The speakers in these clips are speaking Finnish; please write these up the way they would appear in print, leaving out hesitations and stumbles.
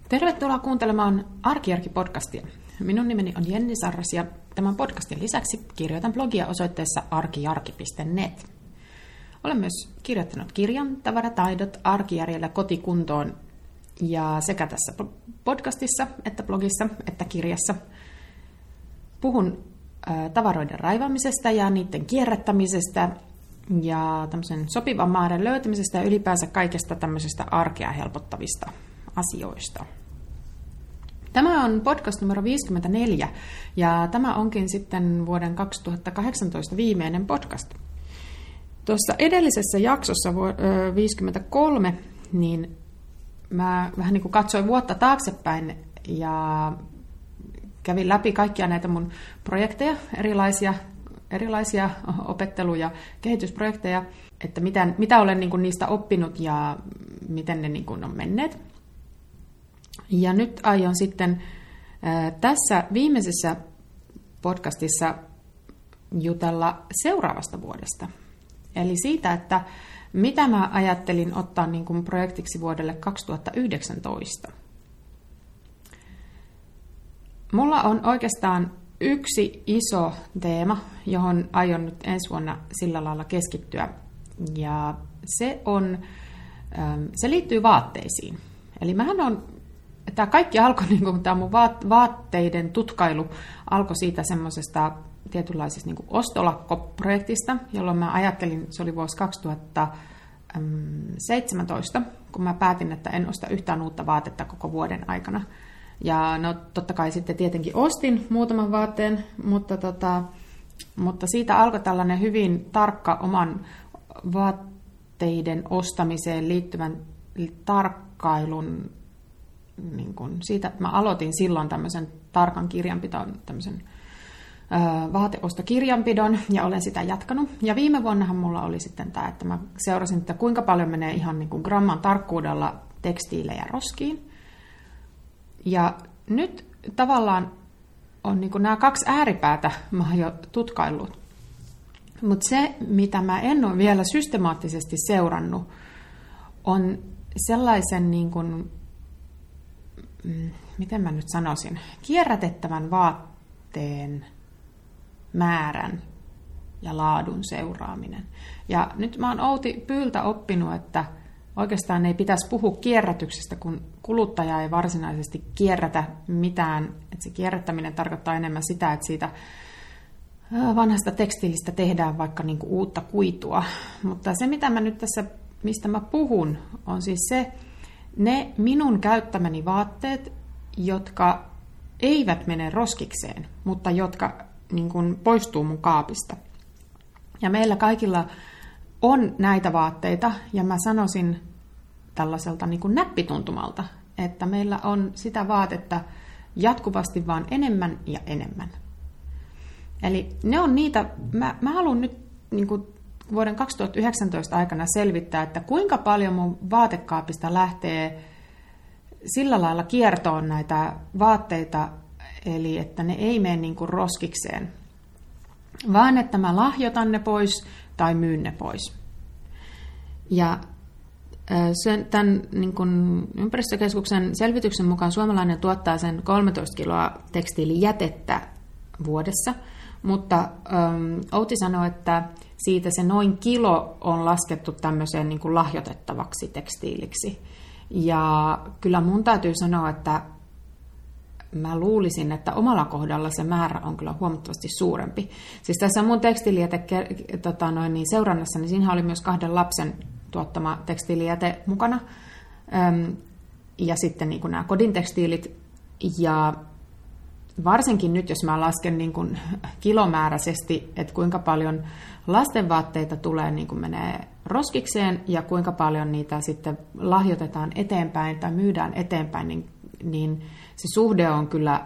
Tervetuloa kuuntelemaan Arkijärki-podcastia. Minun nimeni on Jenni Sarras ja tämän podcastin lisäksi kirjoitan blogia osoitteessa arkijarki.net. Olen myös kirjoittanut kirjan Tavarataidot arkijärjellä kotikuntoon ja sekä tässä podcastissa että blogissa että kirjassa puhun tavaroiden raivaamisesta ja niiden kierrättämisestä ja tämmöisen sopivan määrän löytämisestä ja ylipäänsä kaikesta tämmöisestä arkea helpottavista asioista. Tämä on podcast numero 54 ja tämä onkin sitten vuoden 2018 viimeinen podcast. Tuossa edellisessä jaksossa 53 niin mä vähän niin kuin katsoin vuotta taaksepäin ja kävin läpi kaikkia näitä mun projekteja, erilaisia opettelu- ja kehitysprojekteja, että mitä olen niin kuin niistä oppinut ja miten ne niin kuin on menneet. Ja nyt aion sitten tässä viimeisessä podcastissa jutella seuraavasta vuodesta. Eli siitä, että mitä mä ajattelin ottaa niin kuin projektiksi vuodelle 2019. Mulla on oikeastaan yksi iso teema, johon aion nyt ensi vuonna sillä lailla keskittyä. Ja se liittyy vaatteisiin. Eli tämä kaikki alkoi, niin kuin tämä mun vaatteiden tutkailu alkoi siitä semmoisesta tietynlaisesta niin kuin ostolakkoprojektista, jolloin mä ajattelin, se oli vuosi 2017, kun mä päätin, että en osta yhtään uutta vaatetta koko vuoden aikana. Ja no totta kai sitten tietenkin ostin muutaman vaatteen, mutta siitä alkoi tällainen hyvin tarkka oman vaatteiden ostamiseen liittyvän tarkkailun. Niin kun siitä, että mä aloitin silloin tämmöisen tarkan kirjanpidon, tämmöisen vaateostokirjanpidon, ja olen sitä jatkanut. Ja viime vuonnahan mulla oli sitten tämä, että mä seurasin, että kuinka paljon menee ihan niin kuin gramman tarkkuudella tekstiilejä roskiin. Ja nyt tavallaan on niin kuin nämä kaksi ääripäätä mä oon jo tutkaillut. Mutta se, mitä mä en ole vielä systemaattisesti seurannut, on sellaisen niin kuin, miten mä nyt sanoisin, kierrätettävän vaatteen määrän ja laadun seuraaminen. Ja nyt mä oon Outi Pyyltä oppinut, että oikeastaan ei pitäisi puhua kierrätyksestä, kun kuluttaja ei varsinaisesti kierrätä mitään. Että se kierrättäminen tarkoittaa enemmän sitä, että siitä vanhasta tekstiilistä tehdään vaikka niinku uutta kuitua. Mutta se, mitä mä nyt tässä, mistä mä puhun, on siis ne minun käyttämäni vaatteet, jotka eivät mene roskikseen, mutta jotka niin kuin poistuu mun kaapista. Ja meillä kaikilla on näitä vaatteita, ja mä sanoisin tällaiselta niin kuin näppituntumalta, että meillä on sitä vaatetta jatkuvasti vaan enemmän ja enemmän. Eli ne on niitä, mä haluan nyt niin kuin vuoden 2019 aikana selvittää, että kuinka paljon mun vaatekaapista lähtee sillä lailla kiertoon näitä vaatteita, eli että ne ei mene niin kuin roskikseen, vaan että mä lahjoitan ne pois tai myyn ne pois. Ja tämän niin kuin ympäristökeskuksen selvityksen mukaan suomalainen tuottaa sen 13 kiloa tekstiilijätettä vuodessa, mutta Outi sanoi, että siitä se noin kilo on laskettu tämmöiseen niin kuin lahjoitettavaksi tekstiiliksi. Ja kyllä mun täytyy sanoa, että mä luulisin, että omalla kohdalla se määrä on kyllä huomattavasti suurempi. Siis tässä mun tekstiilijäte seurannassa, niin siinä oli myös 2 lapsen tuottama tekstiilijäte mukana. Ja sitten niin kuin nämä kodin tekstiilit. Ja varsinkin nyt, jos mä lasken niin kuin kilomääräisesti, että kuinka paljon lastenvaatteita tulee, niin kuin menee roskikseen ja kuinka paljon niitä sitten lahjoitetaan eteenpäin tai myydään eteenpäin, niin se suhde on kyllä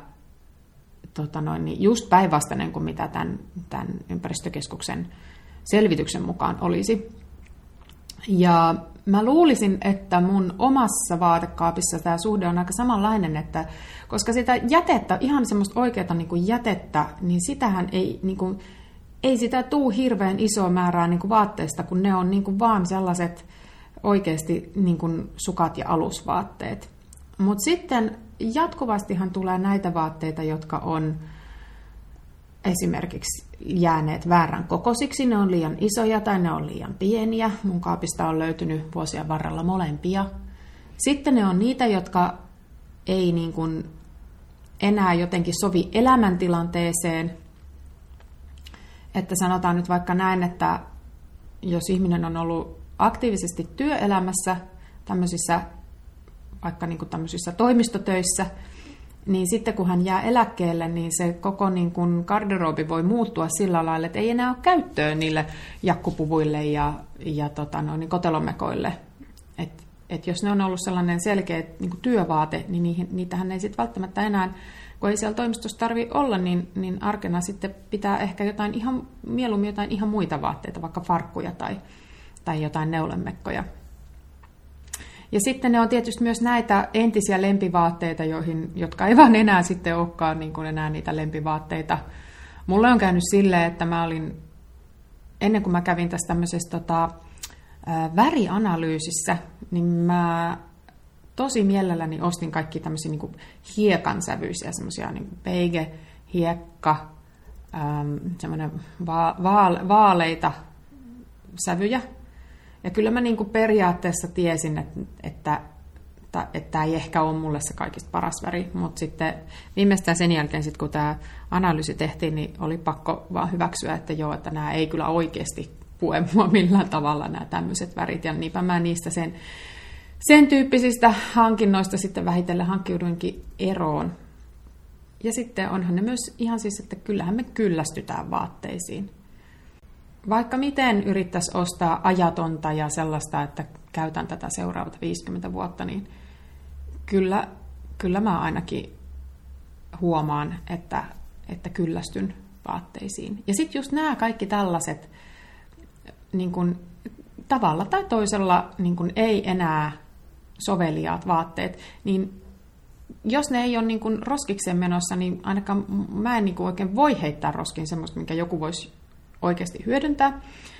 just päinvastainen kuin mitä tämän ympäristökeskuksen selvityksen mukaan olisi. Ja mä luulisin, että mun omassa vaatekaapissa tämä suhde on aika samanlainen, että koska sitä jätettä, ihan semmoista oikeaa niin kuin jätettä, niin sitähän ei, niin kuin, ei sitä tuu hirveän isoa määrää niin kuin vaatteista, kun ne on niin kuin vaan sellaiset oikeasti niin kuin sukat ja alusvaatteet. Mutta sitten jatkuvastihan tulee näitä vaatteita, jotka on esimerkiksi jääneet väärän kokoisiksi, ne on liian isoja tai ne on liian pieniä. Mun kaapista on löytynyt vuosien varrella molempia. Sitten ne on niitä, jotka ei niin kuin enää jotenkin sovi elämäntilanteeseen. Että sanotaan nyt vaikka näin, että jos ihminen on ollut aktiivisesti työelämässä, vaikka niin kuin tämmöisissä toimistotöissä, niin sitten kun hän jää eläkkeelle, niin se koko niin kuin garderoobi voi muuttua sillä lailla, että ei enää ole käyttöä niille jakkupuvuille ja kotelomekoille. Et jos ne on ollut sellainen selkeä niin kuin työvaate, niin niitähän ei sitten välttämättä enää, kun ei siellä toimistossa tarvitse olla, niin arkena sitten pitää ehkä mieluummin jotain ihan muita vaatteita, vaikka farkkuja tai jotain neulemekkoja. Ja sitten ne on tietysti myös näitä entisiä lempivaatteita, jotka ei vaan enää sitten olekaan niin kuin enää niitä lempivaatteita. Mulle on käynyt silleen, että ennen kuin mä kävin tässä tämmöisessä värianalyysissä, niin mä tosi mielelläni ostin kaikki tämmöisiä niin kuin hiekansävyisiä, semmoisia niin kuin beige, hiekka, semmoinen vaaleita sävyjä. Ja kyllä mä niin kuin periaatteessa tiesin, että tämä ei ehkä ole mulle se kaikista paras väri, mutta sitten viimeistään sen jälkeen, kun tämä analyysi tehtiin, niin oli pakko vaan hyväksyä, että joo, että nämä ei kyllä oikeasti pue mua millään tavalla nämä tämmöiset värit, ja niinpä mä niistä sen tyyppisistä hankinnoista sitten vähitellen hankkiuduinkin eroon. Ja sitten onhan ne myös ihan siis, että kyllähän me kyllästytään vaatteisiin. Vaikka miten yrittäisi ostaa ajatonta ja sellaista, että käytän tätä seuraavat 50 vuotta, niin kyllä mä ainakin huomaan, että kyllästyn vaatteisiin. Ja sitten just nämä kaikki tällaiset niin kun, tavalla tai toisella niin kun ei enää soveliaat vaatteet, niin jos ne ei ole niin kun roskikseen menossa, niin ainakaan mä en niin kun oikein voi heittää roskiin semmoista, minkä joku voisi oikeasti hyödyntää.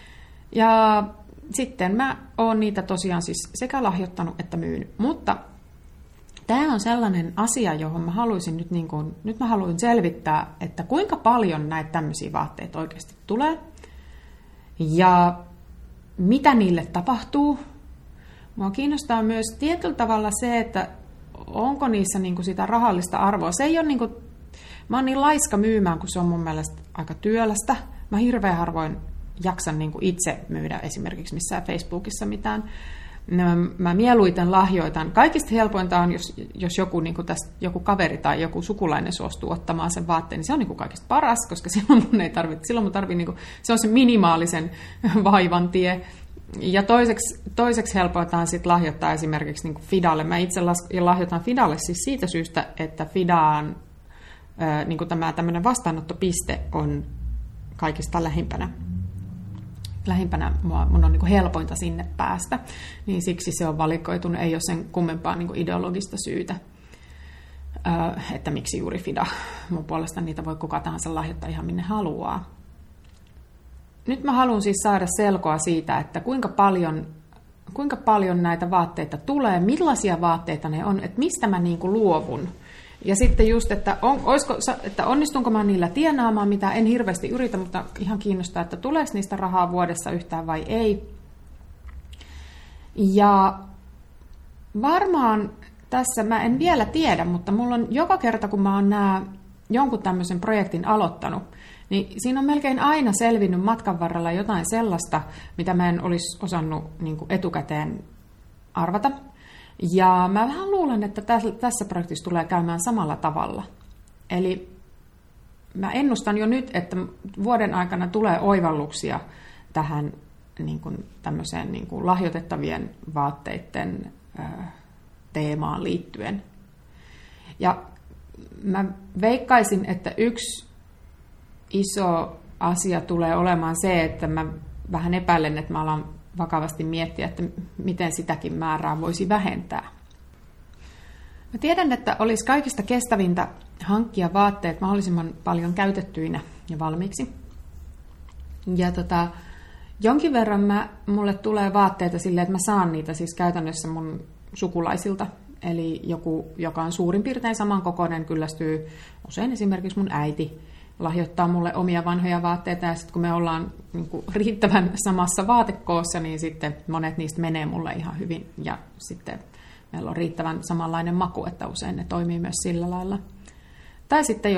Ja sitten mä oon niitä tosiaan siis sekä lahjoittanut että myynyt. Mutta tämä on sellainen asia, johon mä haluaisin nyt mä haluan selvittää, että kuinka paljon näitä tämmöisiä vaatteita oikeasti tulee ja mitä niille tapahtuu. Mua kiinnostaa myös tietyllä tavalla se, että onko niissä niinku sitä rahallista arvoa. Se ei ole niinku, mä oon niin laiska myymään, kun se on mun mielestä aika työlästä. Mä hirveän harvoin jaksan niinku itse myydä esimerkiksi missään Facebookissa mitään. Mä mieluiten lahjoitan. Kaikista helpointa on, jos joku kaveri tai joku sukulainen suostuu ottamaan sen vaatteen, niin se on niinku kaikista paras, koska silloin mun tarvii niinku, se on se minimaalisen vaivan tie. Ja toiseksi helpointa on sit lahjoittaa esimerkiksi niinku Fidalle. Mä itse lahjoitan Fidalle siis siitä syystä, että Fidaan niinku tämä tämmöinen vastaanottopiste on kaikista lähimpänä mun on niin kuin helpointa sinne päästä, niin siksi se on valikoitunut, ei ole sen kummempaa niin kuin ideologista syytä, että miksi juuri Fida. Mun puolesta niitä voi kuka tahansa lahjoittaa ihan minne haluaa. Nyt mä haluan siis saada selkoa siitä, että kuinka paljon näitä vaatteita tulee, millaisia vaatteita ne on, että mistä mä niin kuin luovun. Ja sitten just, että onnistunko mä niillä tienaamaan, mitä en hirveästi yritä, mutta ihan kiinnostaa, että tuleeko niistä rahaa vuodessa yhtään vai ei. Ja varmaan tässä, mä en vielä tiedä, mutta mulla on joka kerta, kun mä oon jonkun tämmöisen projektin aloittanut, niin siinä on melkein aina selvinnyt matkan varrella jotain sellaista, mitä mä en olisi osannut niin kuin etukäteen arvata. Ja mä vähän luulen, että tässä projektissa tulee käymään samalla tavalla. Eli mä ennustan jo nyt, että vuoden aikana tulee oivalluksia tähän niin kuin tämmöiseen niin kuin lahjoitettavien vaatteiden teemaan liittyen. Ja mä veikkaisin, että yksi iso asia tulee olemaan se, että mä vähän epäilen, että mä alan vakavasti miettiä, että miten sitäkin määrää voisi vähentää. Mä tiedän, että olisi kaikista kestävintä hankkia vaatteet mahdollisimman paljon käytettyinä ja valmiiksi. Ja jonkin verran mulle tulee vaatteita silleen, että mä saan niitä siis käytännössä mun sukulaisilta. Eli joku, joka on suurin piirtein samankokoinen, kyllästyy usein esimerkiksi mun äiti lahjoittaa mulle omia vanhoja vaatteita, ja sitten kun me ollaan niin kuin riittävän samassa vaatekoossa, niin sitten monet niistä menee mulle ihan hyvin, ja sitten meillä on riittävän samanlainen maku, että usein ne toimii myös sillä lailla. Tai sitten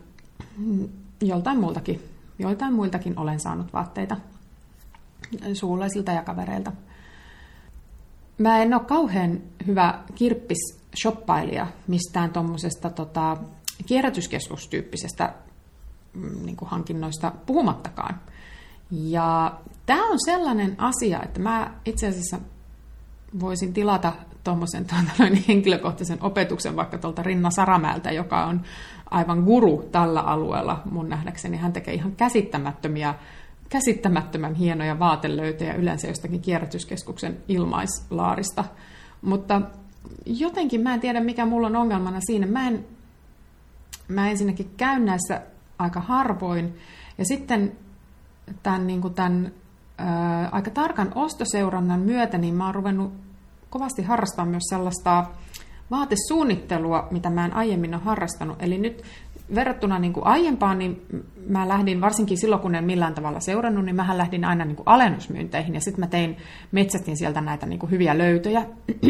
joiltain muiltakin olen saanut vaatteita suulaisilta ja kavereilta. Mä en ole kauhean hyvä kirppis-shoppailija mistään tuommoisesta kierrätyskeskustyyppisestä niin kuin hankinnoista puhumattakaan. Ja tämä on sellainen asia, että mä itse asiassa voisin tilata tuommoisen henkilökohtaisen opetuksen vaikka tuolta Rinna Saramäeltä, joka on aivan guru tällä alueella mun nähdäkseni. Hän tekee ihan käsittämättömän hienoja vaatelöytöjä yleensä jostakin kierrätyskeskuksen ilmaislaarista. Mutta jotenkin mä en tiedä, mikä mulla on ongelmana siinä. Mä ensinnäkin käyn näissä aika harvoin. Ja sitten tämän aika tarkan ostoseurannan myötä niin mä oon ruvennut kovasti harrastamaan myös sellaista vaatesuunnittelua, mitä mä en aiemmin ole harrastanut. Eli nyt verrattuna niin kuin aiempaan, niin mä lähdin, varsinkin silloin kun en millään tavalla seurannut, niin mähän lähdin aina niin kuin alennusmyynteihin. Ja sitten mä metsästin sieltä näitä niin kuin hyviä löytöjä.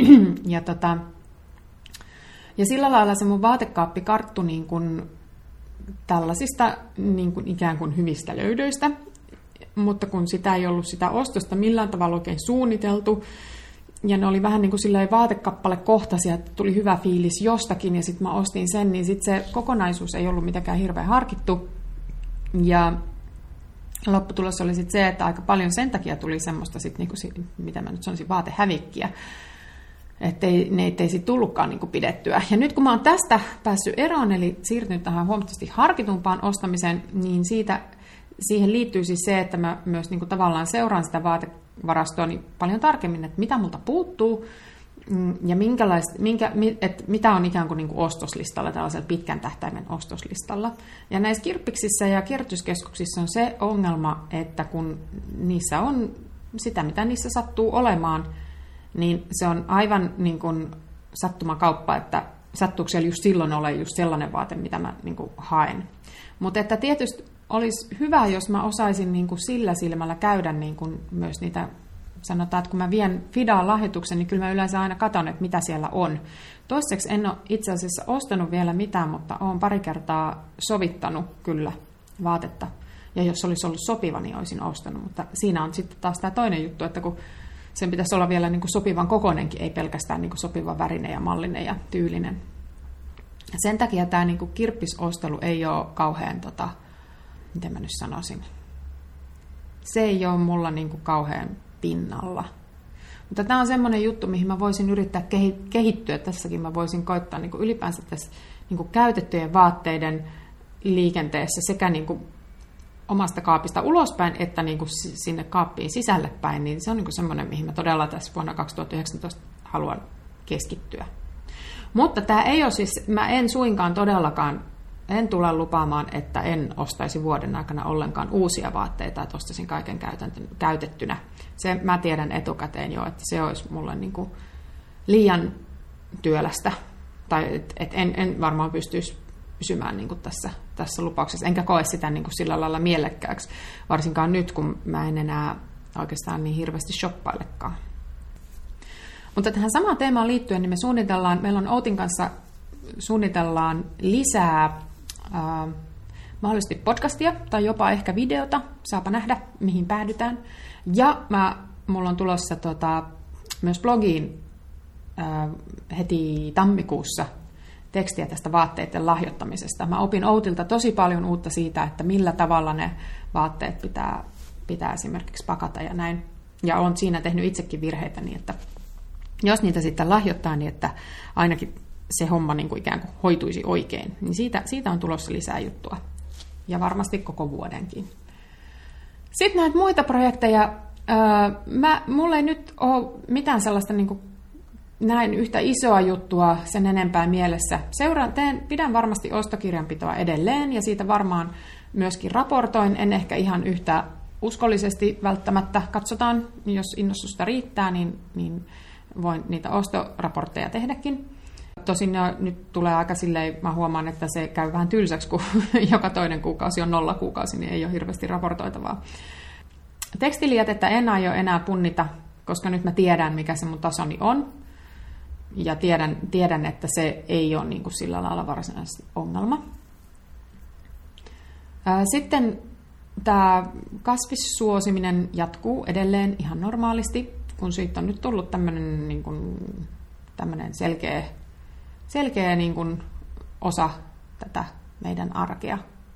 Ja sillä lailla se mun vaatekaappi karttui niin kuin tällaisista niin kuin ikään kuin hyvistä löydöistä. Mutta kun sitä ei ollut sitä ostosta millään tavalla oikein suunniteltu, ja ne oli vähän niin kuin silleen vaatekappalekohtaisia, että tuli hyvä fiilis jostakin, ja sitten mä ostin sen, niin sitten se kokonaisuus ei ollut mitenkään hirveän harkittu. Ja lopputulos oli sitten se, että aika paljon sen takia tuli semmoista, sit niinku, mitä mä nyt sanoisin, vaatehävikkiä, ettei sitten tullutkaan niinku pidettyä. Ja nyt kun mä oon tästä päässyt eroon, eli siirtynyt tähän huomattavasti harkitumpaan ostamiseen, niin siihen liittyy siis se, että mä myös niinku tavallaan seuraan sitä vaatevarastoa niin paljon tarkemmin, että mitä multa puuttuu ja mitä on ikään kuin niinku ostoslistalla, tällaisella pitkän tähtäimen ostoslistalla. Ja näissä kirppiksissä ja kierrätyskeskuksissa on se ongelma, että kun niissä on sitä, mitä niissä sattuu olemaan, niin se on aivan niin kuin sattumakauppa, että sattuuko siellä just silloin ole just sellainen vaate, mitä mä niin kuin haen. Mutta että tietysti olisi hyvä, jos mä osaisin niin kuin sillä silmällä käydä niin kuin myös niitä, sanotaan, että kun mä vien Fidaan lahjoituksen, niin kyllä mä yleensä aina katson, että mitä siellä on. Toiseksi en ole itse asiassa ostanut vielä mitään, mutta olen pari kertaa sovittanut kyllä vaatetta. Ja jos olisi ollut sopiva, niin olisin ostanut. Mutta siinä on sitten taas tämä toinen juttu, että kun sen pitäisi olla vielä niin kuin sopivan kokoinenkin, ei pelkästään niin kuin sopiva värinen ja mallinen ja tyylinen. Sen takia tämä niin kuin kirppisostelu ei ole kauhean, miten mä nyt sanoisin, se ei ole mulla niin kuin kauhean pinnalla. Mutta tämä on semmoinen juttu, mihin mä voisin yrittää kehittyä. Tässäkin mä voisin koittaa niin kuin ylipäänsä tässä niin kuin käytettyjen vaatteiden liikenteessä sekä niin kuin omasta kaapista ulospäin, että niin kuin sinne kaappiin sisälle päin, niin se on niin kuin semmoinen, mihin mä todella tässä vuonna 2019 haluan keskittyä. Mutta tämä ei ole siis, mä en suinkaan todellakaan, en tule lupaamaan, että en ostaisi vuoden aikana ollenkaan uusia vaatteita, että ostaisin kaiken käytettynä. Se mä tiedän etukäteen jo, että se olisi mulle niin kuin liian työlästä, tai että en varmaan pystyisi pysymään niin kuin tässä lupauksessa, enkä koe sitä niin kuin sillä lailla mielekkääksi, varsinkaan nyt, kun mä en enää oikeastaan niin hirveästi shoppailekaan. Mutta tähän samaan teemaan liittyen, niin meillä on Outin kanssa suunnitellaan lisää mahdollisesti podcastia tai jopa ehkä videota, saapa nähdä, mihin päädytään. Ja mulla on tulossa myös blogiin heti tammikuussa tekstiä tästä vaatteiden lahjoittamisesta. Mä opin Outilta tosi paljon uutta siitä, että millä tavalla ne vaatteet pitää esimerkiksi pakata ja näin. Ja olen siinä tehnyt itsekin virheitä niin, että jos niitä sitten lahjoittaa, niin että ainakin se homma niin kuin ikään kuin hoituisi oikein, niin siitä on tulossa lisää juttua. Ja varmasti koko vuodenkin. Sitten näitä muita projekteja. Mulla ei nyt ole mitään sellaista niin kuin näin yhtä isoa juttua sen enempää mielessä. Pidän varmasti ostokirjanpitoa edelleen ja siitä varmaan myöskin raportoin. En ehkä ihan yhtä uskollisesti välttämättä. Katsotaan, jos innostusta riittää, niin voin niitä ostoraportteja tehdäkin. tosin nyt tulee aika silleen, mä huomaan, että se käy vähän tylsäksi, kun joka toinen kuukausi on 0 kuukausi, niin ei ole hirveästi raportoitavaa. Tekstiilijätettä en aio enää punnita, koska nyt mä tiedän, mikä se mun tasoni on. Ja tiedän että se ei ole niin kuin sillä lailla varsinaisesti ongelma. Sitten tämä kasvissuosiminen jatkuu edelleen ihan normaalisti, kun siitä on nyt tullut tämmöinen niin kuin selkeä niin kuin osa tätä meidän arkea.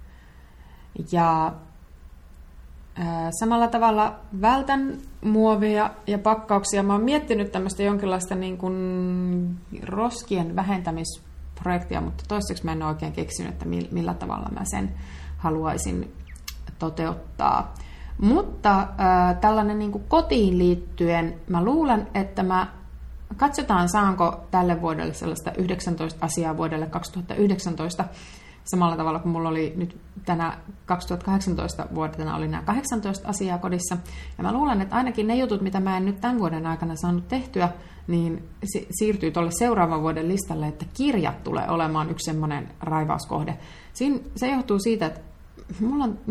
Ja samalla tavalla vältän muovia ja pakkauksia. Mä oon miettinyt tämmöistä jonkinlaista niin kuin roskien vähentämisprojektia, mutta toistaiseksi mä en ole oikein keksinyt, että millä tavalla mä sen haluaisin toteuttaa. Mutta tällainen niin kuin kotiin liittyen, mä luulen, että katsotaan saanko tälle vuodelle sellaista 19 asiaa vuodelle 2019, samalla tavalla kuin mulla oli nyt tänä 2018 vuotena oli nämä 18 asiaa kodissa. Ja mä luulen, että ainakin ne jutut, mitä mä en nyt tämän vuoden aikana saanut tehtyä, niin siirtyy tuolle seuraavan vuoden listalle, että kirjat tulee olemaan yksi semmoinen raivauskohde. Se johtuu siitä, että mulla on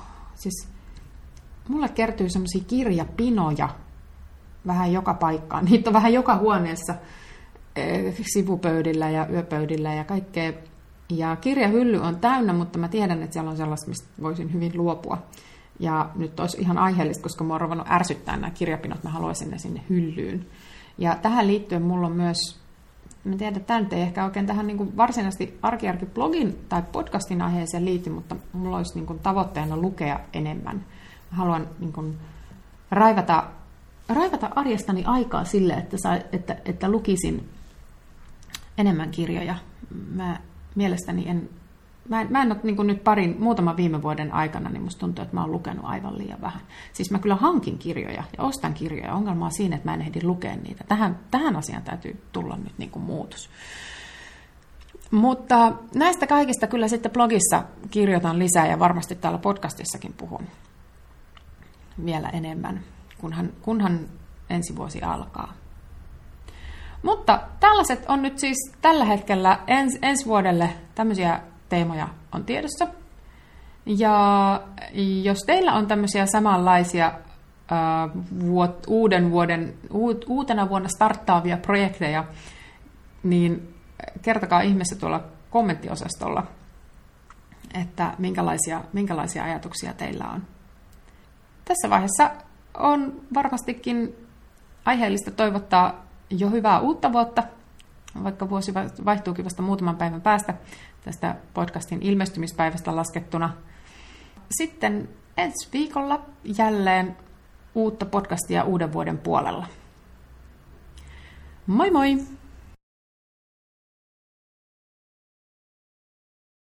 mulle kertyy semmoisia kirjapinoja vähän joka paikkaan. Niitä on vähän joka huoneessa, sivupöydillä ja yöpöydillä ja kaikkea. Ja kirjahylly on täynnä, mutta mä tiedän, että siellä on sellaista, mistä voisin hyvin luopua. Ja nyt olisi ihan aiheellista, koska mä oon ruvennut ärsyttää nämä kirjapinot, mä haluaisin ne sinne hyllyyn. Ja tähän liittyen mulla on myös, mä tiedän, että tämä nyt ei ehkä oikein tähän niin kuin varsinaisesti Arki-blogin tai podcastin aiheeseen liity, mutta mulla olisi niin kuin tavoitteena lukea enemmän. Mä haluan niin kuin raivata arjestani aikaa sille, että lukisin enemmän kirjoja. Mielestäni mä en ole niin kuin nyt muutaman viime vuoden aikana, niin musta tuntuu, että mä oon lukenut aivan liian vähän. Siis mä kyllä hankin kirjoja ja ostan kirjoja. Ongelma on siinä, että mä en ehdi lukea niitä. Tähän asiaan täytyy tulla nyt niin kuin muutos. Mutta näistä kaikista kyllä sitten blogissa kirjoitan lisää ja varmasti täällä podcastissakin puhun vielä enemmän, kunhan ensi vuosi alkaa. Mutta tällaiset on nyt siis tällä hetkellä ensi vuodelle tämmöisiä teemoja on tiedossa. Ja jos teillä on tämmöisiä samanlaisia uutena vuonna starttaavia projekteja, niin kertokaa ihmeessä tuolla kommenttiosastolla, että minkälaisia ajatuksia teillä on. Tässä vaiheessa on varmastikin aiheellista toivottaa jo hyvää uutta vuotta, vaikka vuosi vaihtuukin vasta muutaman päivän päästä tästä podcastin ilmestymispäivästä laskettuna. Sitten ensi viikolla jälleen uutta podcastia uuden vuoden puolella. Moi moi!